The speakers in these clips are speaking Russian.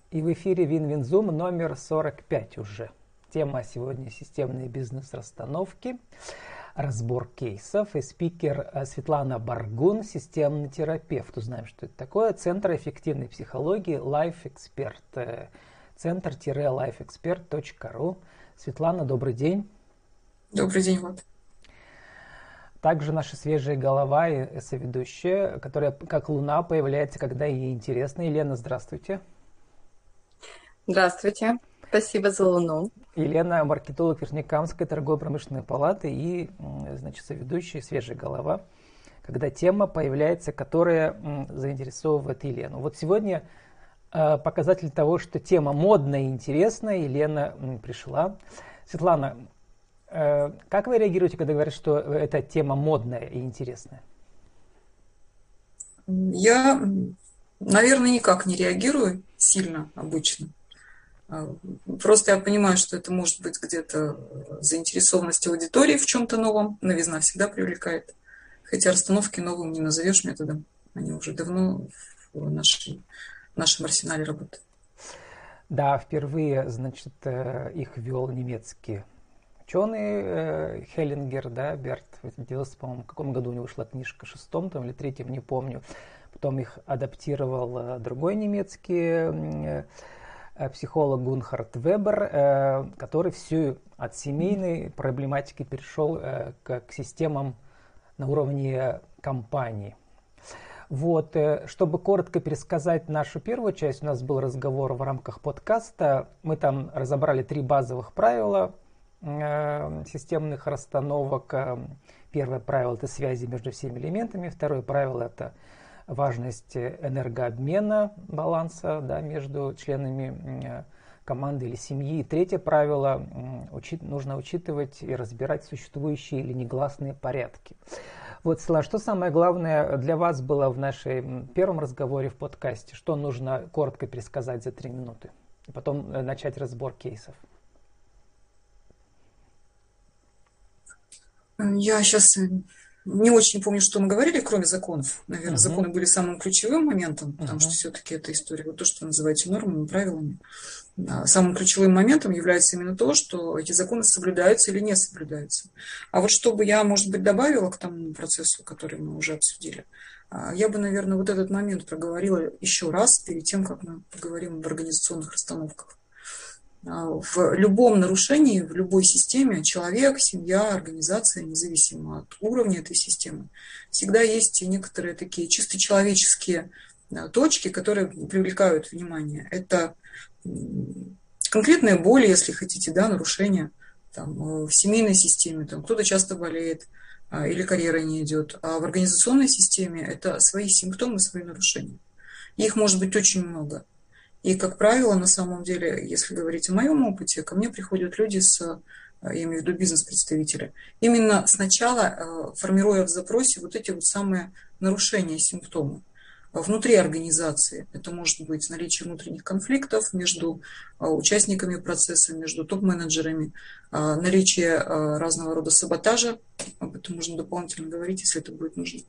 И в эфире Винвинзум номер 45 уже. Тема сегодня — системные бизнес-расстановки, разбор кейсов. И спикер Светлана Баргун, системный терапевт. Узнаем, что это такое. Центр эффективной психологии Life Expert. Центр-lifeexpert.ru. Светлана, добрый день. Добрый день, Влад. Также наша свежая голова и соведущая, которая как луна появляется, когда ей интересно. Елена, здравствуйте. Здравствуйте. Спасибо за луну. Елена — маркетолог Верхнекамской торгово-промышленной палаты и, значит, соведущая, свежая голова, когда тема появляется, которая заинтересовывает Елену. Вот сегодня показатель того, что тема модная и интересная. Елена пришла. Светлана, как вы реагируете, когда говорят, что эта тема модная и интересная? Я, наверное, никак не реагирую сильно обычно. Просто я понимаю, что это может быть где-то заинтересованность аудитории в чем-то новом. Новизна всегда привлекает. Хотя расстановки новым не назовешь методом. Они уже давно в нашем арсенале работают. Да, впервые, значит, их ввел немецкий ученый Хеллингер, да, Берт. В 90, по-моему, в каком году у него вышла книжка, шестом там, или третьем, не помню. Потом их адаптировал другой немецкий психолог Гунхард Вебер, который всю от семейной проблематики перешел к системам на уровне компаний. Вот, чтобы коротко пересказать нашу первую часть, у нас был разговор в рамках подкаста. Мы там разобрали 3 базовых правила системных расстановок. Первое правило — это связи между всеми элементами. Второе правило — это важность энергообмена, баланса, да, между членами команды или семьи. И третье правило — нужно учитывать и разбирать существующие или негласные порядки. Вот, Светлана, что самое главное для вас было в нашем первом разговоре в подкасте? Что нужно коротко пересказать за 3 минуты? И потом начать разбор кейсов. Я сейчас не очень помню, что мы говорили, кроме законов. Наверное, законы были самым ключевым моментом, потому что все-таки это история, вот то, что вы называете нормами, правилами. Самым ключевым моментом является именно то, что эти законы соблюдаются или не соблюдаются. А вот чтобы я, может быть, добавила к тому процессу, который мы уже обсудили, я бы, наверное, вот этот момент проговорила еще раз перед тем, как мы поговорим об организационных расстановках. В любом нарушении, в любой системе человек, семья, организация, независимо от уровня этой системы, всегда есть некоторые такие чисто человеческие точки, которые привлекают внимание. Это конкретная боль, если хотите, да, нарушения там, в семейной системе, там, кто-то часто болеет или карьера не идет, а в организационной системе это свои симптомы, свои нарушения. Их может быть очень много. И, как правило, на самом деле, если говорить о моем опыте, ко мне приходят люди я имею в виду бизнес-представители, именно сначала формируя в запросе вот эти вот самые нарушения, симптомы. Внутри организации это может быть наличие внутренних конфликтов между участниками процесса, между топ-менеджерами, наличие разного рода саботажа, об этом можно дополнительно говорить, если это будет нужно,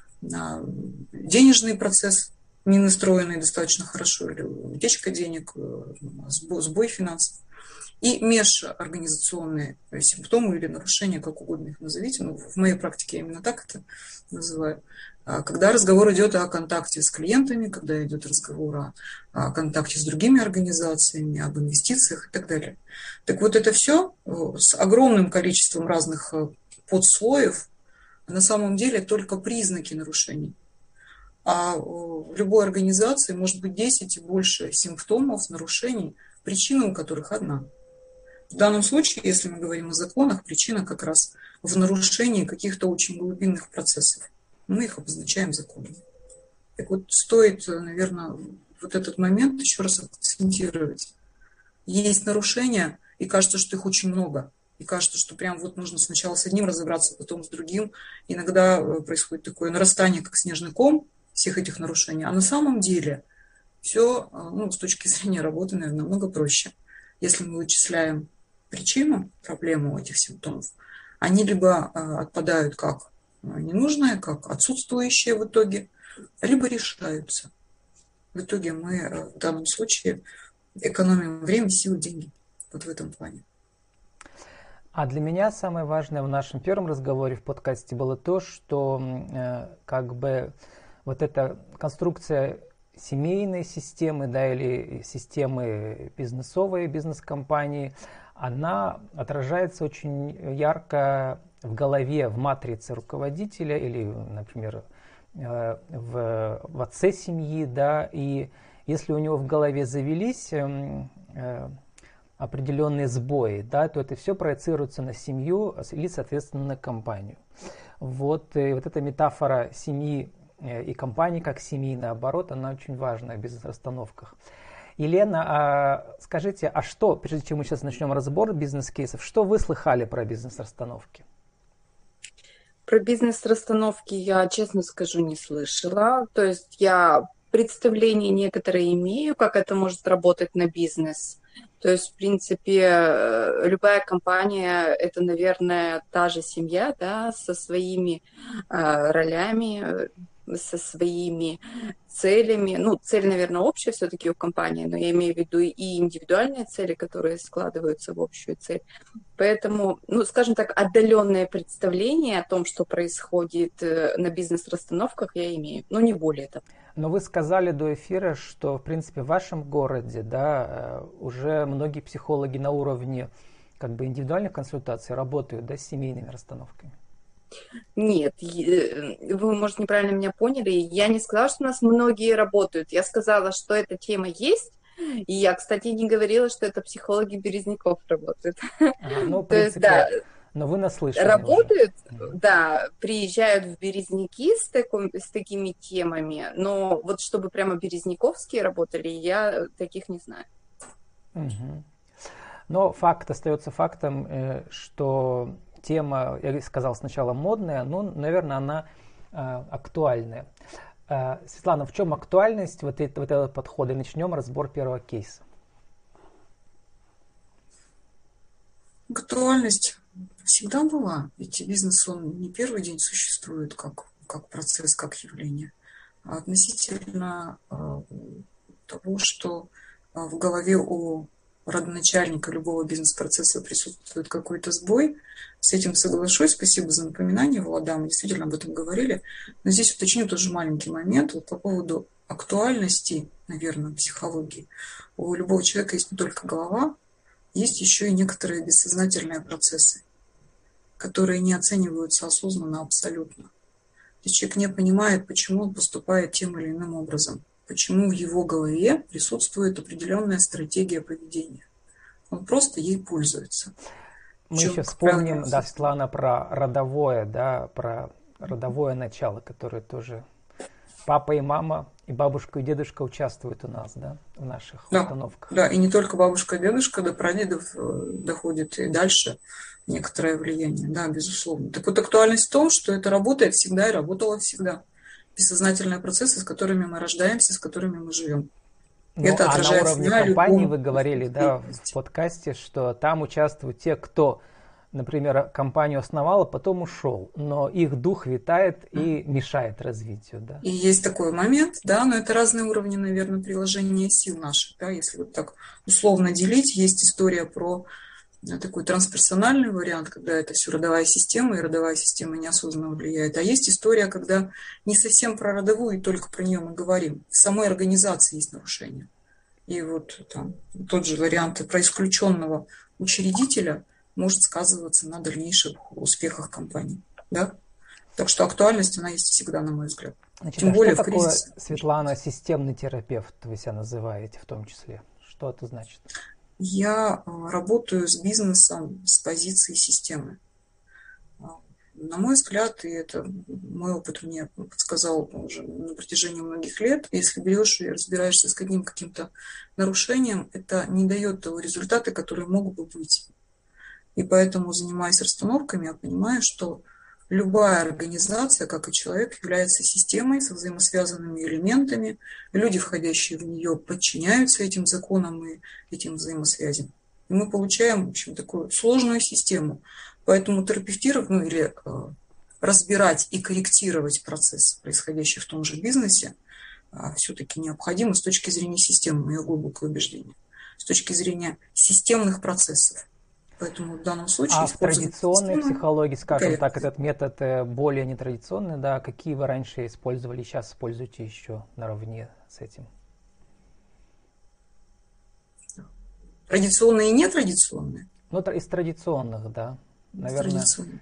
денежный процесс, не настроенные достаточно хорошо, или утечка денег, сбой финансов, и межорганизационные симптомы или нарушения, как угодно их назовите, но в моей практике я именно так это называю, когда разговор идет о контакте с клиентами, когда идет разговор о контакте с другими организациями, об инвестициях и так далее. Так вот это все с огромным количеством разных подслоев на самом деле только признаки нарушений. А в любой организации может быть 10 и больше симптомов, нарушений, причина у которых одна. В данном случае, если мы говорим о законах, причина как раз в нарушении каких-то очень глубинных процессов. Мы их обозначаем законами. Так вот, стоит, наверное, вот этот момент еще раз акцентировать. Есть нарушения, и кажется, что их очень много. И кажется, что прям вот нужно сначала с одним разобраться, потом с другим. Иногда происходит такое нарастание, как снежный ком, всех этих нарушений. А на самом деле все, с точки зрения работы, наверное, намного проще. Если мы вычисляем причину, проблему этих симптомов, они либо отпадают как ненужные, как отсутствующие в итоге, либо решаются. В итоге мы в данном случае экономим время, силы, деньги. Вот в этом плане. А для меня самое важное в нашем первом разговоре в подкасте было то, что как бы вот эта конструкция семейной системы, да, или системы бизнесовой, бизнес-компании, она отражается очень ярко в голове, в матрице руководителя или, например, в отце семьи, да, и если у него в голове завелись определенные сбои, да, то это все проецируется на семью или, соответственно, на компанию. Вот, и вот эта метафора семьи и компании как семьи, наоборот, она очень важна в бизнес-расстановках. Елена, скажите, а что, прежде чем мы сейчас начнем разбор бизнес-кейсов, что вы слыхали про бизнес-расстановки? Про бизнес-расстановки я, честно скажу, не слышала. То есть я представление некоторые имею, как это может работать на бизнес. То есть, в принципе, любая компания – это, наверное, та же семья, да, со своими ролями, со своими целями. Ну, цель, наверное, общая все-таки у компании, но я имею в виду и индивидуальные цели, которые складываются в общую цель. Поэтому, ну, скажем так, отдаленное представление о том, что происходит на бизнес-расстановках, я имею, но не более того. Но вы сказали до эфира, что, в принципе, в вашем городе, да, уже многие психологи на уровне как бы индивидуальных консультаций работают, да, с семейными расстановками. Нет, вы, может, неправильно меня поняли. Я не сказала, что у нас многие работают. Я сказала, что эта тема есть. И я, кстати, не говорила, что это психологи Березников работают. Ну, в То есть, принципе, да, но вы наслышаны работают, уже. да, приезжают в Березники с такими темами, но вот чтобы прямо березниковские работали, я таких не знаю. Угу. Но факт остается фактом, что тема, я сказал сначала модная, но, наверное, она актуальная. Светлана, в чем актуальность вот этого подхода? И начнем разбор первого кейса. Актуальность всегда была. Ведь бизнес, он не первый день существует как процесс, как явление. А относительно того, что в голове у родоначальника любого бизнес-процесса присутствует какой-то сбой, с этим соглашусь. Спасибо за напоминание, Влада, мы действительно об этом говорили. Но здесь уточню тоже маленький момент вот по поводу актуальности, наверное, психологии. У любого человека есть не только голова, есть еще и некоторые бессознательные процессы, которые не оцениваются осознанно абсолютно. То есть человек не понимает, почему он поступает тем или иным образом, почему в его голове присутствует определенная стратегия поведения. Он просто ей пользуется. Мы еще вспомним, да, Светлана, про родовое, да, про родовое начало, которое тоже папа и мама, и бабушка и дедушка участвуют у нас, да, в наших установках. Да, и не только бабушка и дедушка, до прадедов доходит и дальше некоторое влияние, да, безусловно. Так вот, актуальность в том, что это работает всегда и работало всегда. Бессознательные процессы, с которыми мы рождаемся, с которыми мы живем. Ну, это а на уровне компании вы говорили, да, в подкасте, что там участвуют те, кто, например, компанию основал, а потом ушел, но их дух витает и мешает развитию, да. И есть такой момент, да, но это разные уровни, наверное, приложения сил наших, да, если вот так условно делить, есть история про такой трансперсональный вариант, когда это все родовая система, и родовая система неосознанно влияет. А есть история, когда не совсем про родовую, и только про нее мы говорим. В самой организации есть нарушения. И вот там тот же вариант про исключенного учредителя может сказываться на дальнейших успехах компании. Да? Так что актуальность, она есть всегда, на мой взгляд. Значит, тем более что в кризис. Такое, Светлана, системный терапевт вы себя называете в том числе? Что это значит? Я работаю с бизнесом с позиции системы. На мой взгляд, и это мой опыт мне подсказал уже на протяжении многих лет, если берешь и разбираешься с каким-то нарушением, это не дает того результата, который мог бы быть. И поэтому, занимаясь расстановками, я понимаю, что любая организация, как и человек, является системой со взаимосвязанными элементами. Люди, входящие в нее, подчиняются этим законам и этим взаимосвязям. И мы получаем, в общем, такую сложную систему. Поэтому терапевтировать, или разбирать и корректировать процесс, происходящий в том же бизнесе, все-таки необходимо с точки зрения системы, мое глубокое убеждение. с точки зрения системных процессов. Поэтому в данном случае А в традиционной системы психологии, скажем так, коррекции. этот метод более нетрадиционный, да, какие вы раньше использовали, сейчас используете еще наравне с этим? Традиционные и нетрадиционные? Ну, из традиционных, да, наверное. Традиционные.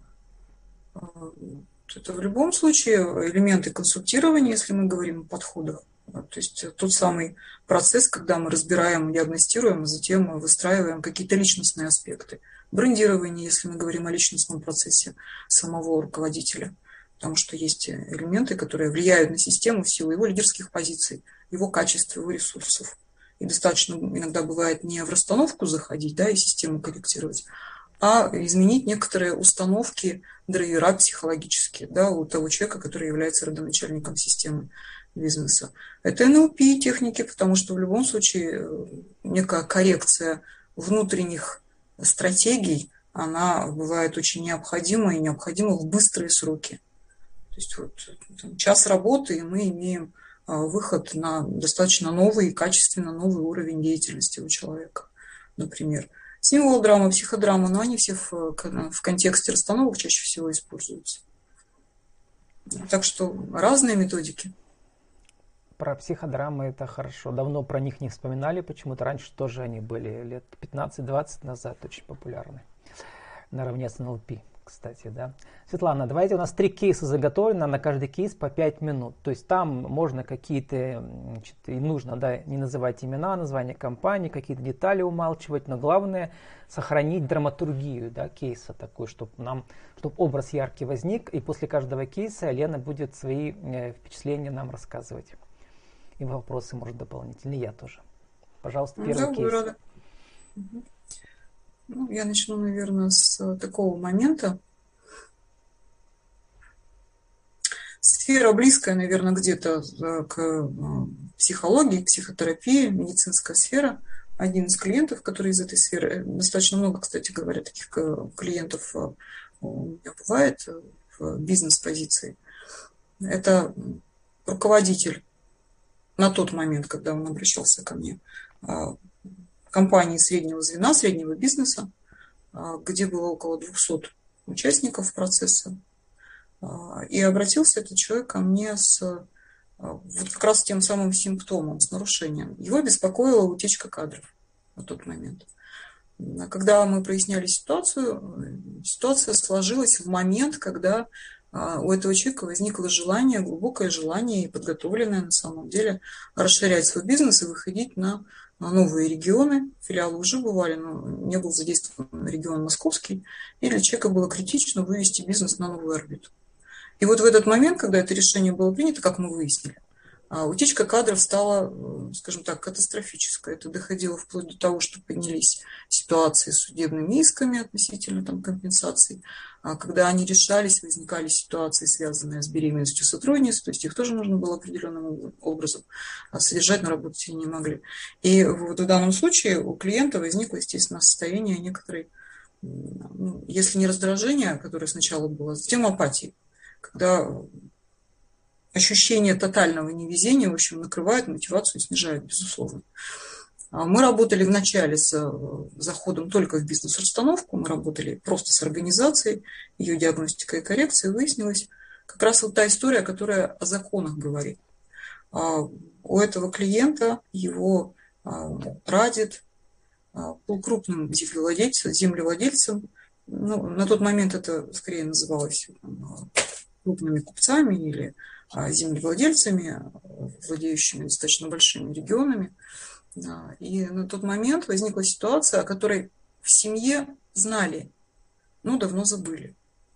Это в любом случае элементы консультирования, если мы говорим о подходах. То есть тот самый процесс, когда мы разбираем, диагностируем, а затем мы выстраиваем какие-то личностные аспекты. Брендирование, если мы говорим о личностном процессе самого руководителя. Потому что есть элементы, которые влияют на систему в силу его лидерских позиций, его качества, его ресурсов. И достаточно иногда бывает не в расстановку заходить, да, и систему корректировать, а изменить некоторые установки, драйвера психологические, да, у того человека, который является родоначальником системы бизнеса. Это НЛП техники, потому что в любом случае некая коррекция внутренних стратегий, она бывает очень необходима и необходима в быстрые сроки. То есть вот час работы, и мы имеем выход на достаточно новый, качественно новый уровень деятельности у человека, например. Символ драма, психодрама, но они все в контексте расстановок чаще всего используются. Так что разные методики. Про психодрамы это хорошо. Давно про них не вспоминали, почему-то раньше тоже они были лет 15-20 назад очень популярны. Наравне с НЛП, кстати, да. Светлана, давайте, у нас 3 кейса заготовлено, на каждый кейс по 5 минут. То есть там можно какие-то, и нужно, да, не называть имена, название компании, какие-то детали умалчивать, но главное сохранить драматургию, да, кейса такой, чтобы образ яркий возник, и после каждого кейса Лена будет свои впечатления нам рассказывать. И вопросы, может, дополнительные, я тоже. Пожалуйста, первый кейс. Рада. Ну, я начну, наверное, с такого момента. Сфера близкая, наверное, где-то к психологии, к психотерапии, медицинская сфера. Один из клиентов, который из этой сферы, достаточно много, кстати говоря, таких клиентов у меня бывает в бизнес-позиции. Это руководитель на тот момент, когда он обращался ко мне, компании среднего звена, среднего бизнеса, где было около 200 участников процесса. И обратился этот человек ко мне с вот как раз тем самым симптомом, с нарушением. Его беспокоила утечка кадров на тот момент. Когда мы проясняли ситуацию, ситуация сложилась в момент, когда у этого человека возникло желание, глубокое желание и подготовленное на самом деле расширять свой бизнес и выходить на новые регионы. Филиалы уже бывали, но не был задействован регион московский. И для человека было критично вывести бизнес на новую орбиту. И вот в этот момент, когда это решение было принято, как мы выяснили, утечка кадров стала, скажем так, катастрофической. Это доходило вплоть до того, что поднялись ситуации с судебными исками относительно компенсаций. Когда они решались, возникали ситуации, связанные с беременностью сотрудниц, то есть их тоже нужно было определенным образом содержать, но работать они не могли. И вот в данном случае у клиента возникло, естественно, состояние некоторой, если не раздражения, которое сначала было, затем апатии, когда ощущение тотального невезения, в общем, накрывает мотивацию и снижает, безусловно. Мы работали вначале с заходом только в бизнес-расстановку, мы работали просто с организацией, ее диагностикой и коррекцией, выяснилось как раз вот та история, которая о законах говорит. У этого клиента его прадед был крупным землевладельцем. Ну, на тот момент это скорее называлось крупными купцами или землевладельцами, владеющими достаточно большими регионами. И на тот момент возникла ситуация, о которой в семье знали, но давно забыли.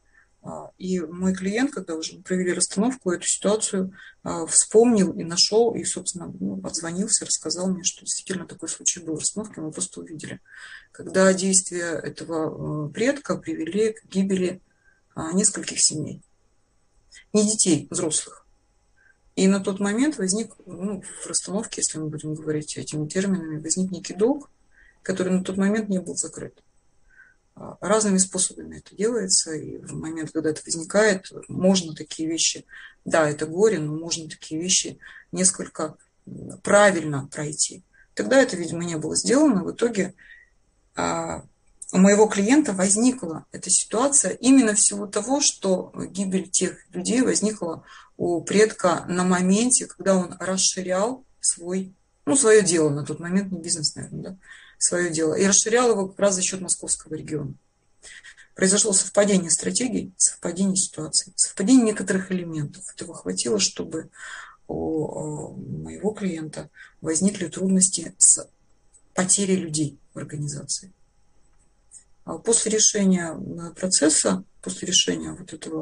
И мой клиент, когда уже провели расстановку, эту ситуацию вспомнил и нашел, и, собственно, отзвонился, рассказал мне, что действительно такой случай был в расстановке, мы просто увидели. Когда действия этого предка привели к гибели нескольких семей. Не детей, взрослых. И на тот момент возник, в расстановке, если мы будем говорить этими терминами, возник некий долг, который на тот момент не был закрыт. Разными способами это делается, и в момент, когда это возникает, можно такие вещи, да, это горе, но можно такие вещи несколько правильно пройти. Тогда это, видимо, не было сделано. В итоге у моего клиента возникла эта ситуация именно в силу того, что гибель тех людей возникла у предка на моменте, когда он расширял свое дело на тот момент, не бизнес, наверное, да, свое дело, и расширял его как раз за счет московского региона. Произошло совпадение стратегий, совпадение ситуаций, совпадение некоторых элементов. Этого хватило, чтобы у моего клиента возникли трудности с потерей людей в организации. После решения процесса, после решения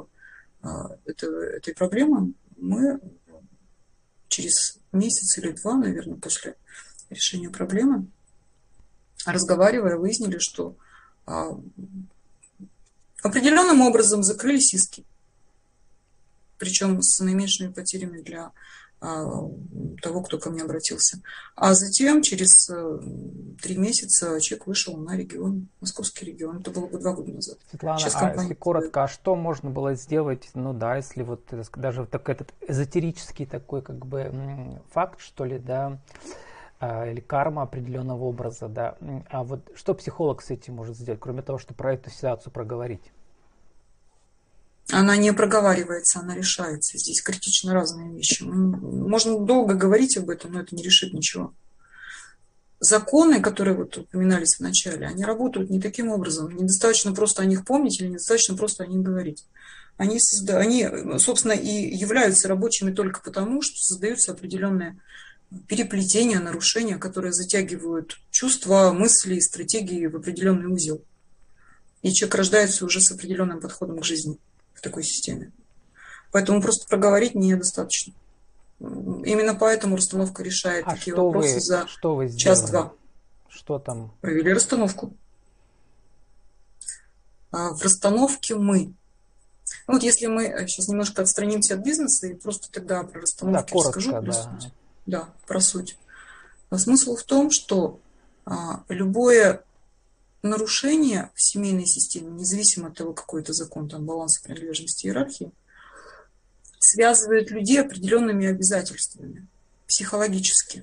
этой проблемы, мы через месяц или два, наверное, после решения проблемы, разговаривая, выяснили, что определенным образом закрылись иски, причем с наименьшими потерями для того, кто ко мне обратился. А затем, через 3 месяца, человек вышел на регион, московский регион. Это было бы 2 года назад. Светлана, если коротко, что можно было сделать, если вот даже этот эзотерический такой факт, что ли, да, или карма определенного образа, да, а вот что психолог с этим может сделать, кроме того, что про эту ситуацию проговорить? Она не проговаривается, она решается. Здесь критично разные вещи. Можно долго говорить об этом, но это не решит ничего. Законы, которые упоминались в начале, они работают не таким образом. Недостаточно просто о них помнить или недостаточно просто о них говорить. Они, собственно, и являются рабочими только потому, что создаются определенные переплетения, нарушения, которые затягивают чувства, мысли, стратегии в определенный узел. И человек рождается уже с определенным подходом к жизни в такой системе. Поэтому просто проговорить недостаточно. Именно поэтому расстановка решает такие вопросы за час-два. Что там? Провели расстановку. В расстановке мы. Если мы сейчас немножко отстранимся от бизнеса и просто тогда про расстановки расскажу. Про суть. Смысл в том, что любое нарушение в семейной системе, независимо от того, какой это закон, там баланса, принадлежности, иерархии, связывает людей определенными обязательствами психологически.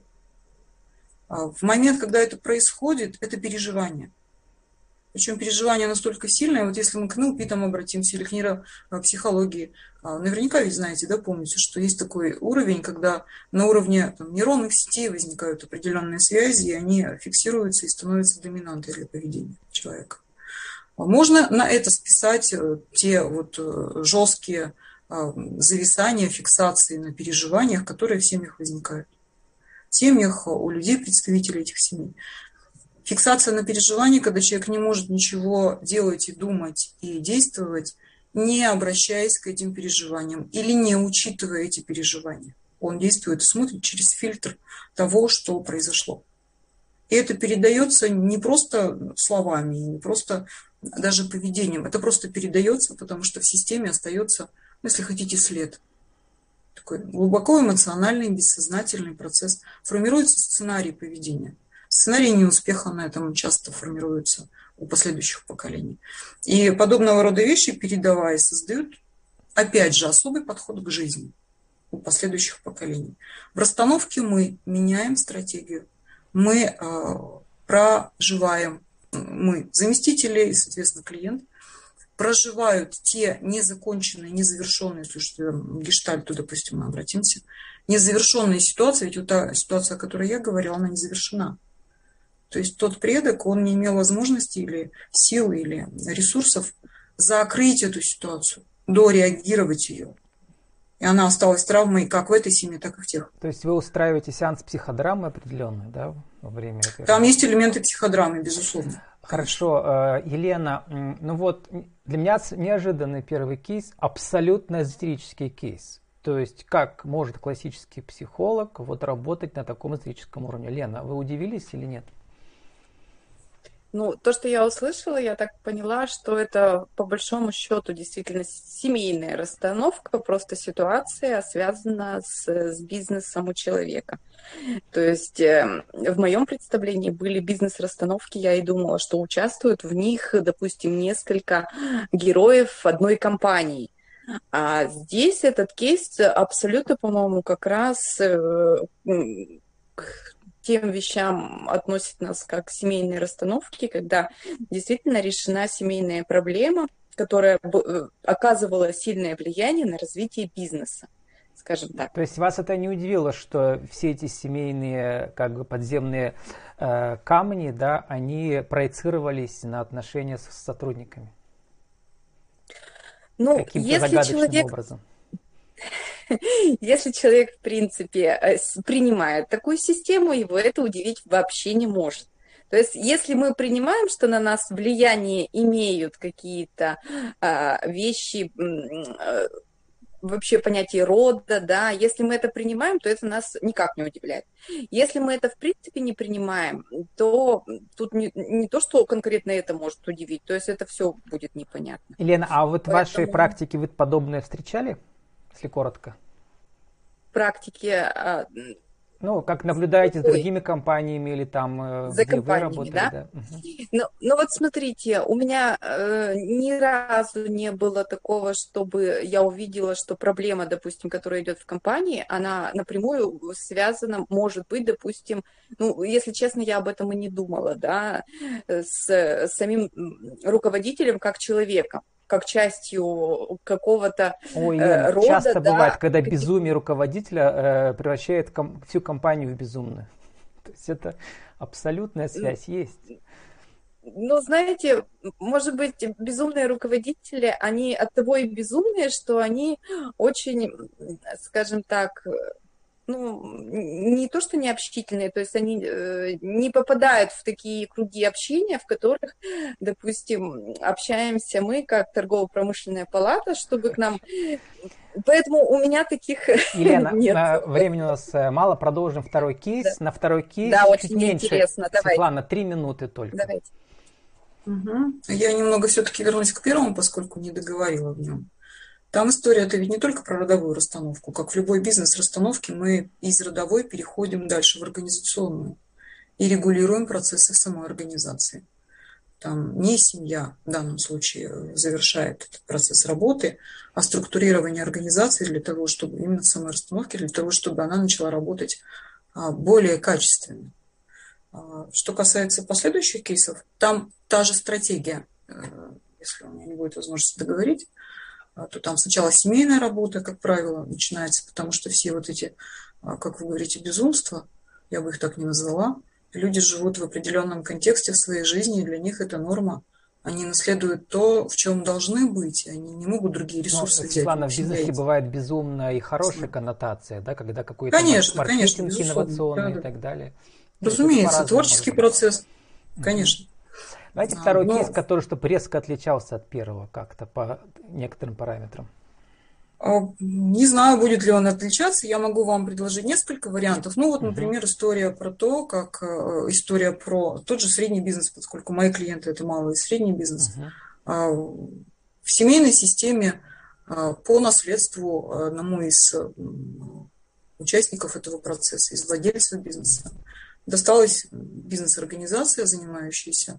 В момент, когда это происходит, это переживание. Причем переживание настолько сильное, если мы к НЛП обратимся или к нейропсихологии, наверняка ведь знаете, да, помните, что есть такой уровень, когда на уровне нейронных сетей возникают определенные связи, и они фиксируются и становятся доминантой для поведения человека. Можно на это списать те жесткие зависания, фиксации на переживаниях, которые в семьях возникают. В семьях у людей, представителей этих семей. Фиксация на переживании, когда человек не может ничего делать и думать и действовать, не обращаясь к этим переживаниям или не учитывая эти переживания. Он действует и смотрит через фильтр того, что произошло. И это передается не просто словами, не просто даже поведением. Это просто передается, потому что в системе остается, если хотите, след. Такой глубоко эмоциональный, бессознательный процесс. Формируется сценарий поведения. Сценарии неуспеха на этом часто формируются у последующих поколений. И подобного рода вещи, передавая, создают, опять же, особый подход к жизни у последующих поколений. В расстановке мы меняем стратегию, мы проживаем, мы, заместители и, соответственно, клиент, проживают те незаконченные, незавершенные, слушайте, гештальту, допустим, мы обратимся, незавершенные ситуации, ведь та ситуация, о которой я говорила, она не завершена. То есть тот предок, он не имел возможности или сил, или ресурсов закрыть эту ситуацию, дореагировать ее. И она осталась травмой как в этой семье, так и в тех. То есть вы устраиваете сеанс психодрамы определенный, да, во время этой Там есть элементы психодрамы, безусловно. Хорошо. Елена, для меня неожиданный первый кейс, абсолютно эзотерический кейс. То есть как может классический психолог работать на таком эзотерическом уровне? Лена, вы удивились или нет? То, что я услышала, я так поняла, что это по большому счету действительно семейная расстановка, просто ситуация связана с бизнесом у человека. То есть в моем представлении были бизнес-расстановки, я и думала, что участвуют в них, допустим, несколько героев одной компании. А здесь этот кейс абсолютно, по-моему, как раз тем вещам относит нас как семейные расстановки, когда действительно решена семейная проблема, которая оказывала сильное влияние на развитие бизнеса, скажем так. То есть вас это не удивило, что все эти семейные, как бы подземные камни, да, они проецировались на отношения с сотрудниками? Ну, Каким-то если загадочным человек образом. Если человек, в принципе, принимает такую систему, его это удивить вообще не может. То есть, если мы принимаем, что на нас влияние имеют какие-то вещи, вообще понятие рода, да, если мы это принимаем, то это нас никак не удивляет. Если мы это, в принципе, не принимаем, то тут не то, что конкретно это может удивить, то есть это все будет непонятно. Елена, а вот в вашей Поэтому практике вы подобное встречали, если коротко? в практике Ну, как наблюдаете с Ой. другими компаниями или там, За где вы компаниями, работали, да? да? Мгм. Ну вот смотрите, у меня ни разу не было такого, чтобы я увидела, что проблема, допустим, которая идет в компании, она напрямую связана, может быть, допустим, ну, если честно, я об этом и не думала, да, с самим руководителем как человеком, как частью какого-то Ой, Лена, рода, часто бывает, да, когда безумие руководителя превращает всю компанию в безумную. То есть это абсолютная связь есть. ну, знаете, может быть, безумные руководители, они от того и безумные, что они очень, скажем так, ну, не то, что не общительные, то есть они не попадают в такие круги общения, в которых, допустим, общаемся мы, как торгово-промышленная палата, чтобы к нам... Поэтому у меня таких Елена, нет. времени у нас мало, продолжим второй Да, кейс. На второй кейс да, чуть очень меньше. интересно. Давайте. Светлана, 3 минуты только. Давайте. Угу. Я немного все-таки вернусь к первому, поскольку не договорила в нем. Там история-то ведь не только про родовую расстановку. Как в любой бизнес-расстановке, мы из родовой переходим дальше в организационную и регулируем процессы самой организации. Там не семья в данном случае завершает этот процесс работы, а структурирование организации для того, чтобы именно самой расстановки, для того, чтобы она начала работать более качественно. Что касается последующих кейсов, там та же стратегия, если у меня не будет возможности договорить, то там сначала семейная работа, как правило, начинается, потому что все вот эти, как вы говорите, безумства, я бы их так не назвала, люди живут в определенном контексте в своей жизни, и для них это норма. Они наследуют то, в чем должны быть, они не могут другие ресурсы взять. Светлана, в бизнесе бывает безумно и хорошая коннотация, да, когда какой-то конечно, маркетинг безусловно, инновационный да, и так далее. Разумеется, творческий процесс, конечно. Давайте второй кейс, который чтобы резко отличался от первого как-то по некоторым параметрам. Не знаю, будет ли он отличаться. Я могу вам предложить несколько вариантов. Ну вот, например, история про то, как история про тот же средний бизнес, поскольку мои клиенты это малый и средний бизнес. В семейной системе по наследству одному из участников этого процесса, из владельцев бизнеса, досталась бизнес-организация, занимающаяся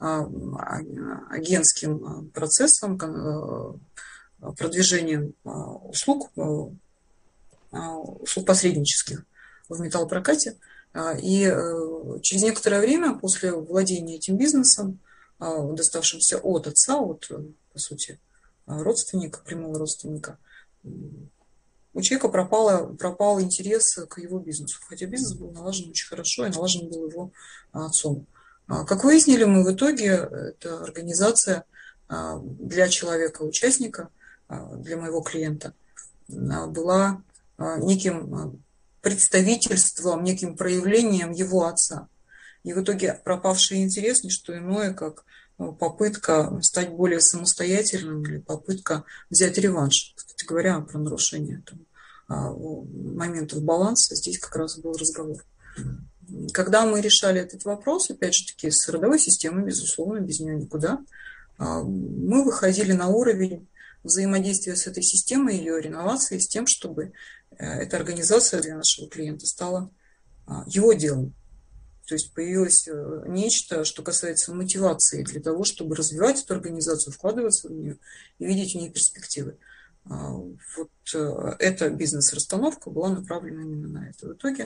агентским процессом, продвижением услуг посреднических в металлопрокате. И через некоторое время после владения этим бизнесом, доставшимся от отца, от, по сути, родственника, прямого родственника, у человека пропал интерес к его бизнесу, хотя бизнес был налажен очень хорошо и налажен был его отцом. Как выяснили мы в итоге, эта организация для человека-участника, для моего клиента, была неким представительством, неким проявлением его отца. И в итоге пропавший интерес не что иное, как попытка стать более самостоятельным или попытка взять реванш. Кстати говоря, про нарушение моментов баланса здесь как раз был разговор. Когда мы решали этот вопрос, опять же таки, с родовой системой, безусловно, без нее никуда, мы выходили на уровень взаимодействия с этой системой, ее реновации, с тем, чтобы эта организация для нашего клиента стала его делом. То есть появилось нечто, что касается мотивации для того, чтобы развивать эту организацию, вкладываться в нее и видеть в ней перспективы. Вот эта бизнес-расстановка была направлена именно на это. В итоге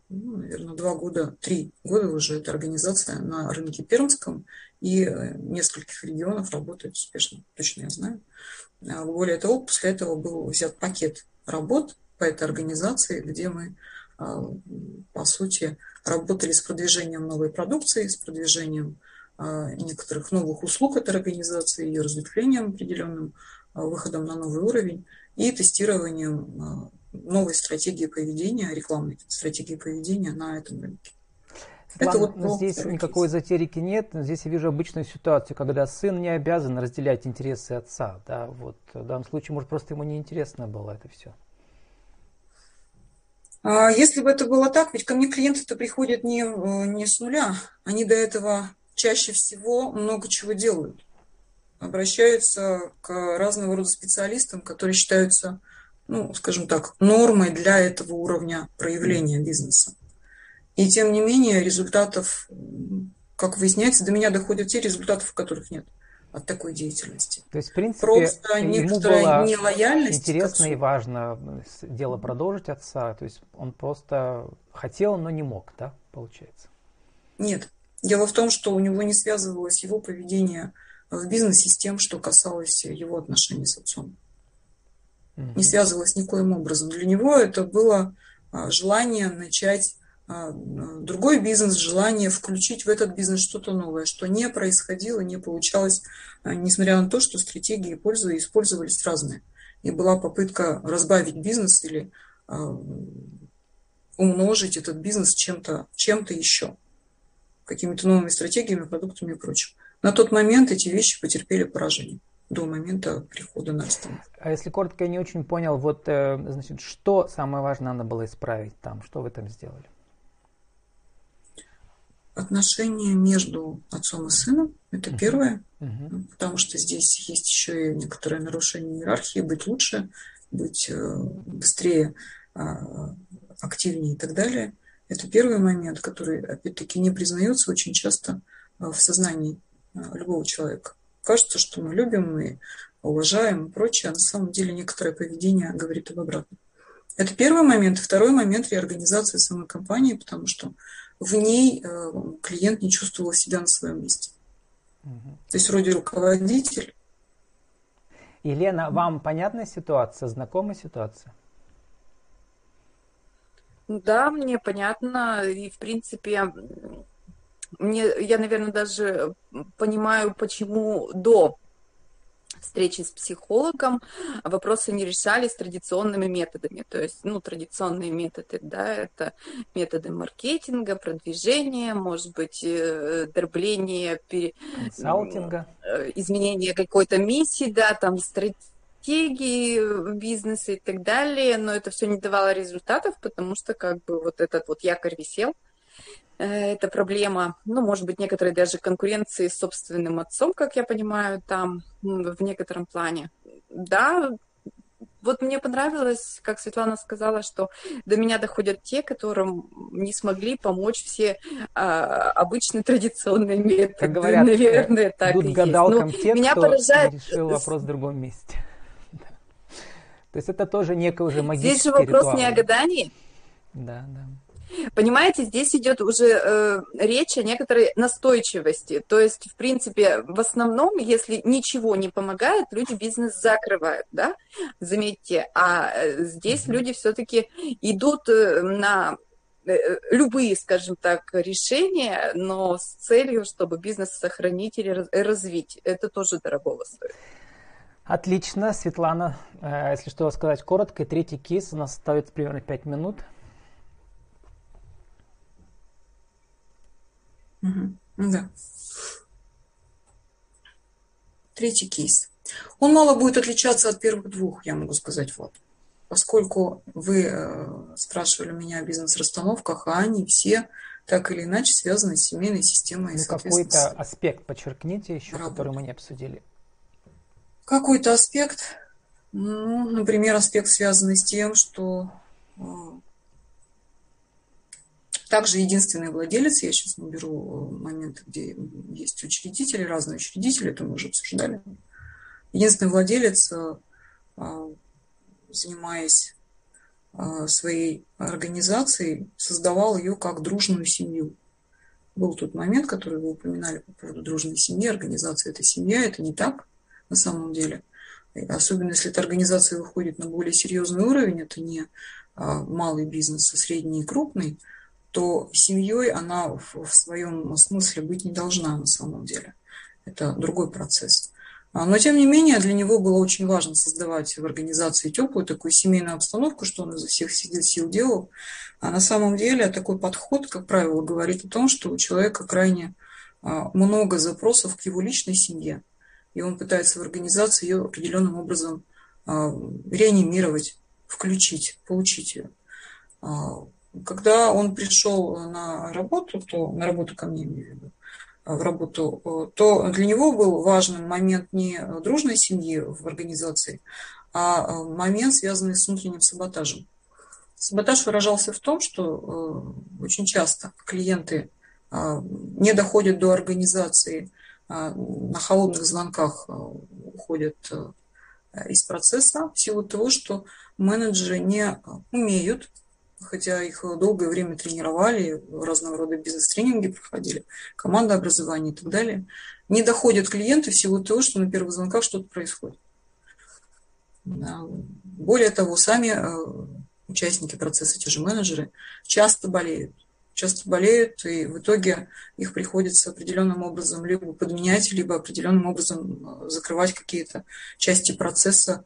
наверное, 2 года, 3 года уже эта организация на рынке пермском и нескольких регионов работает успешно, точно я знаю. Более того, после этого был взят пакет работ по этой организации, где мы, по сути, работали с продвижением новой продукции, с продвижением некоторых новых услуг этой организации, ее разветвлением определенным, выходом на новый уровень и тестированием новой стратегии поведения, рекламной стратегии поведения на этом рынке. Это Светлана, вот но здесь второй никакой кейс. эзотерики нет. Здесь я вижу обычную ситуацию, когда сын не обязан разделять интересы отца. Да, вот в данном случае, может, просто ему неинтересно было это все. Если бы это было так, ведь ко мне клиенты-то приходят не с нуля. Они до этого чаще всего много чего делают. Обращаются к разного рода специалистам, которые считаются, ну, скажем так, нормой для этого уровня проявления бизнеса. И тем не менее результатов, как выясняется, до меня доходят те, результатов которых нет от такой деятельности. То есть, в принципе, Просто ему некоторая было нелояльность к интересно и отцу. важно дело продолжить отца. То есть он просто хотел, но не мог, да, получается. Нет. Дело в том, что у него не связывалось его поведение в бизнесе с тем, что касалось его отношений с отцом. Не связывалось никоим образом. Для него это было желание начать другой бизнес, желание включить в этот бизнес что-то новое, что не происходило, не получалось, несмотря на то, что стратегии пользы использовались разные. И была попытка разбавить бизнес или умножить этот бизнес чем-то еще, какими-то новыми стратегиями, продуктами и прочим. На тот момент эти вещи потерпели поражение до момента прихода на расстановку. А если коротко, я не очень понял, вот, значит, что самое важное надо было исправить там, что вы там сделали? Отношения между отцом и сыном, это первое, Мгм. потому что здесь есть еще и некоторое нарушение иерархии, быть лучше, быть быстрее, активнее и так далее. Это первый момент, который, опять-таки, не признается очень часто в сознании любого человека. Кажется, что мы любим, мы уважаем и прочее, а на самом деле некоторое поведение говорит об обратном. Это первый момент. Второй момент – реорганизация самой компании, потому что в ней клиент не чувствовал себя на своем месте. То есть вроде руководитель. Елена, вам понятна ситуация, знакома ситуация? Да, мне понятно, и в принципе, я, наверное, даже понимаю, почему до встречи с психологом вопросы не решались традиционными методами. То есть, традиционные методы, да, это методы маркетинга, продвижения, может быть, дробление, Консалтинга? изменение какой-то миссии, да, там, стратегии бизнеса и так далее, но это все не давало результатов, потому что как бы вот этот вот якорь висел. Это проблема, может быть, некоторые даже конкуренции с собственным отцом, как я понимаю, там в некотором плане. Да, вот мне понравилось, как Светлана сказала, что до меня доходят те, которым не смогли помочь все обычные традиционные методы. Как говорят, наверное, так идут и к есть. Но гадалкам те, меня кто поражает... решил вопрос в другом месте. То есть это тоже некий уже Здесь же магический вопрос ритуал. не о гадании. Да, да. Понимаете, здесь идет уже речь о некоторой настойчивости. То есть, в принципе, в основном, если ничего не помогает, люди бизнес закрывают, да, заметьте. А здесь люди все-таки идут на любые, скажем так, решения, но с целью, чтобы бизнес сохранить или развить. Это тоже дорогого стоит. Отлично, Светлана. Если что сказать коротко, третий кейс у нас остается примерно 5 минут. Да. Третий кейс. Он мало будет отличаться от первых двух, я могу сказать, Влад. Поскольку вы спрашивали меня о бизнес-расстановках, а они все так или иначе связаны с семейной системой. Ну, какой-то аспект подчеркните еще, который мы не обсудили. Какой-то аспект, например, аспект, связанный с тем, что также единственный владелец, я сейчас наберу моменты, где есть учредители, разные учредители, это мы уже обсуждали. Единственный владелец, занимаясь своей организации создавал ее как дружную семью. Был тот момент, который вы упоминали по поводу дружной семьи, организация – это семья, это не так на самом деле. Особенно если эта организация выходит на более серьезный уровень, это не малый бизнес, а средний и крупный, то семьей она в своем смысле быть не должна на самом деле. Это другой процесс. Но, тем не менее, для него было очень важно создавать в организации теплую такую семейную обстановку, что он изо всех сил делал. А на самом деле такой подход, как правило, говорит о том, что у человека крайне много запросов к его личной семье, и он пытается в организации ее определенным образом реанимировать, включить, получить ее. Когда он пришел на работу, на работу ко мне, имею в виду, в работу, то для него был важным момент не дружной семьи в организации, а момент, связанный с внутренним саботажем. Саботаж выражался в том, что очень часто клиенты не доходят до организации, на холодных звонках уходят из процесса в силу того, что менеджеры не умеют, хотя их долгое время тренировали, разного рода бизнес-тренинги проходили, командообразование и так далее, не доходят клиенты в силу того, что на первых звонках что-то происходит. Более того, сами участники процесса, те же менеджеры, часто болеют, и в итоге их приходится определенным образом либо подменять, либо определенным образом закрывать какие-то части процесса,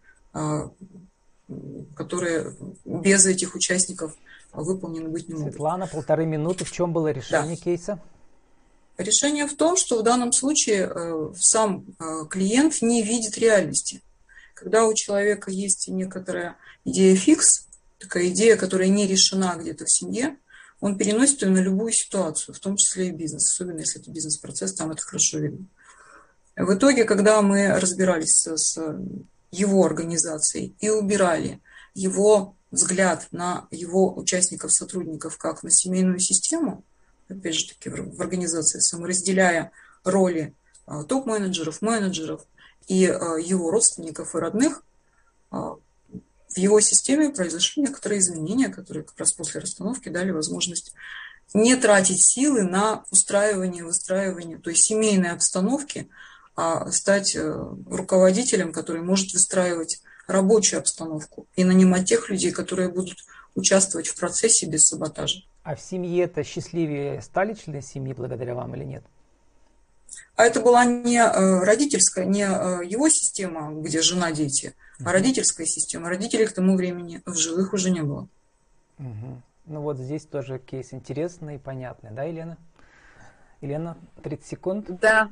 которые без этих участников выполнены быть не могут. Светлана, 1,5 минуты. В чем было решение кейса? Решение в том, что в данном случае сам клиент не видит реальности. Когда у человека есть некоторая идея фикс, такая идея, которая не решена где-то в семье, он переносит ее на любую ситуацию, в том числе и бизнес, особенно если это бизнес-процесс, там это хорошо видно. В итоге, когда мы разбирались с его организацией и убирали его взгляд на его участников, сотрудников, как на семейную систему, опять же таки в организации, саморазделяя роли топ-менеджеров, менеджеров и его родственников и родных, в его системе произошли некоторые изменения, которые как раз после расстановки дали возможность не тратить силы на выстраивание той семейной обстановки, а стать руководителем, который может выстраивать рабочую обстановку и нанимать тех людей, которые будут участвовать в процессе без саботажа. А в семье-то счастливее стали члены семьи благодаря вам или нет? А это была не родительская, не его система, где жена, дети, а родительская система. Родителей к тому времени в живых уже не было. Ну вот здесь тоже кейс интересный и понятный, да, Елена? Елена, 30 секунд. Да.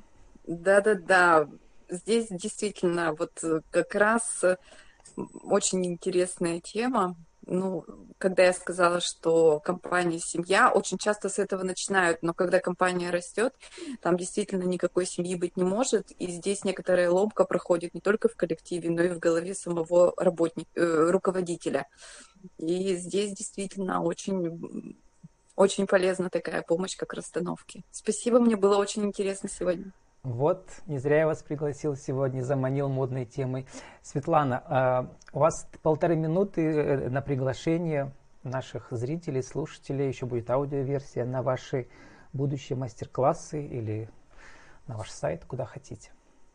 Здесь действительно вот как раз очень интересная тема. Ну, когда я сказала, что компания семья, очень часто с этого начинают, но когда компания растет, там действительно никакой семьи быть не может, и здесь некоторая ломка проходит не только в коллективе, но и в голове самого руководителя. И здесь действительно очень, очень полезна такая помощь, как расстановки. Спасибо, мне было очень интересно сегодня. Вот, не зря я вас пригласил сегодня, заманил модной темой. Светлана, у вас 1,5 минуты на приглашение наших зрителей, слушателей. Еще будет аудиоверсия на ваши будущие мастер-классы или на ваш сайт, куда хотите.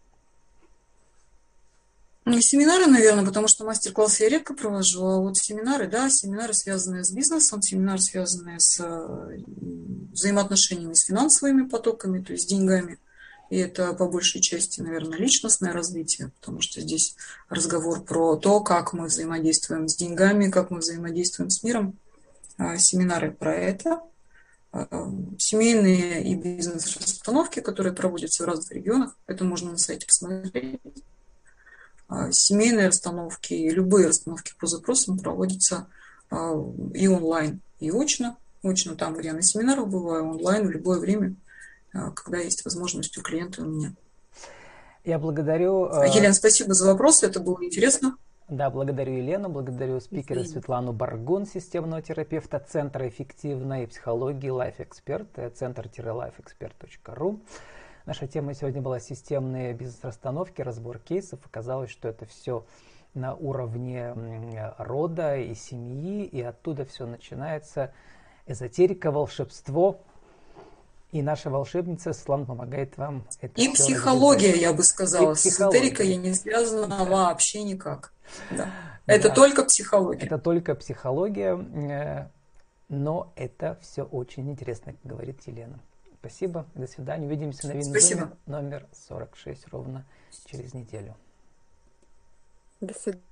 Семинары, наверное, потому что мастер-классы я редко провожу, а вот семинары, да, семинары, связанные с бизнесом, семинары, связанные с взаимоотношениями с финансовыми потоками, то есть с деньгами. И это по большей части, наверное, личностное развитие, потому что здесь разговор про то, как мы взаимодействуем с деньгами, как мы взаимодействуем с миром. Семинары про это. Семейные и бизнес-расстановки, которые проводятся в разных регионах, это можно на сайте посмотреть. Семейные расстановки, любые расстановки по запросам проводятся и онлайн, и очно. Очно там, где я на семинарах бываю, онлайн в любое время, когда есть возможность у клиента и у меня. Я благодарю... Елена, спасибо за вопросы, это было интересно. Да, благодарю Елену, благодарю спикера Светлану Баргун, системного терапевта Центра эффективной психологии Life Expert, центр-lifeexpert.ru. Наша тема сегодня была системные бизнес-расстановки, разбор кейсов. Оказалось, что это все на уровне рода и семьи, и оттуда все начинается. Эзотерика, волшебство. И наша волшебница Светлана помогает вам это И все психология, развивать. я бы сказала. И С эзотерикой я психология. не связана вообще никак. Да. Да. Это только психология. Это только психология, но это все очень интересно, как говорит Елена. Спасибо, до свидания. Увидимся на Винзуме номер 46 ровно через неделю. До свидания.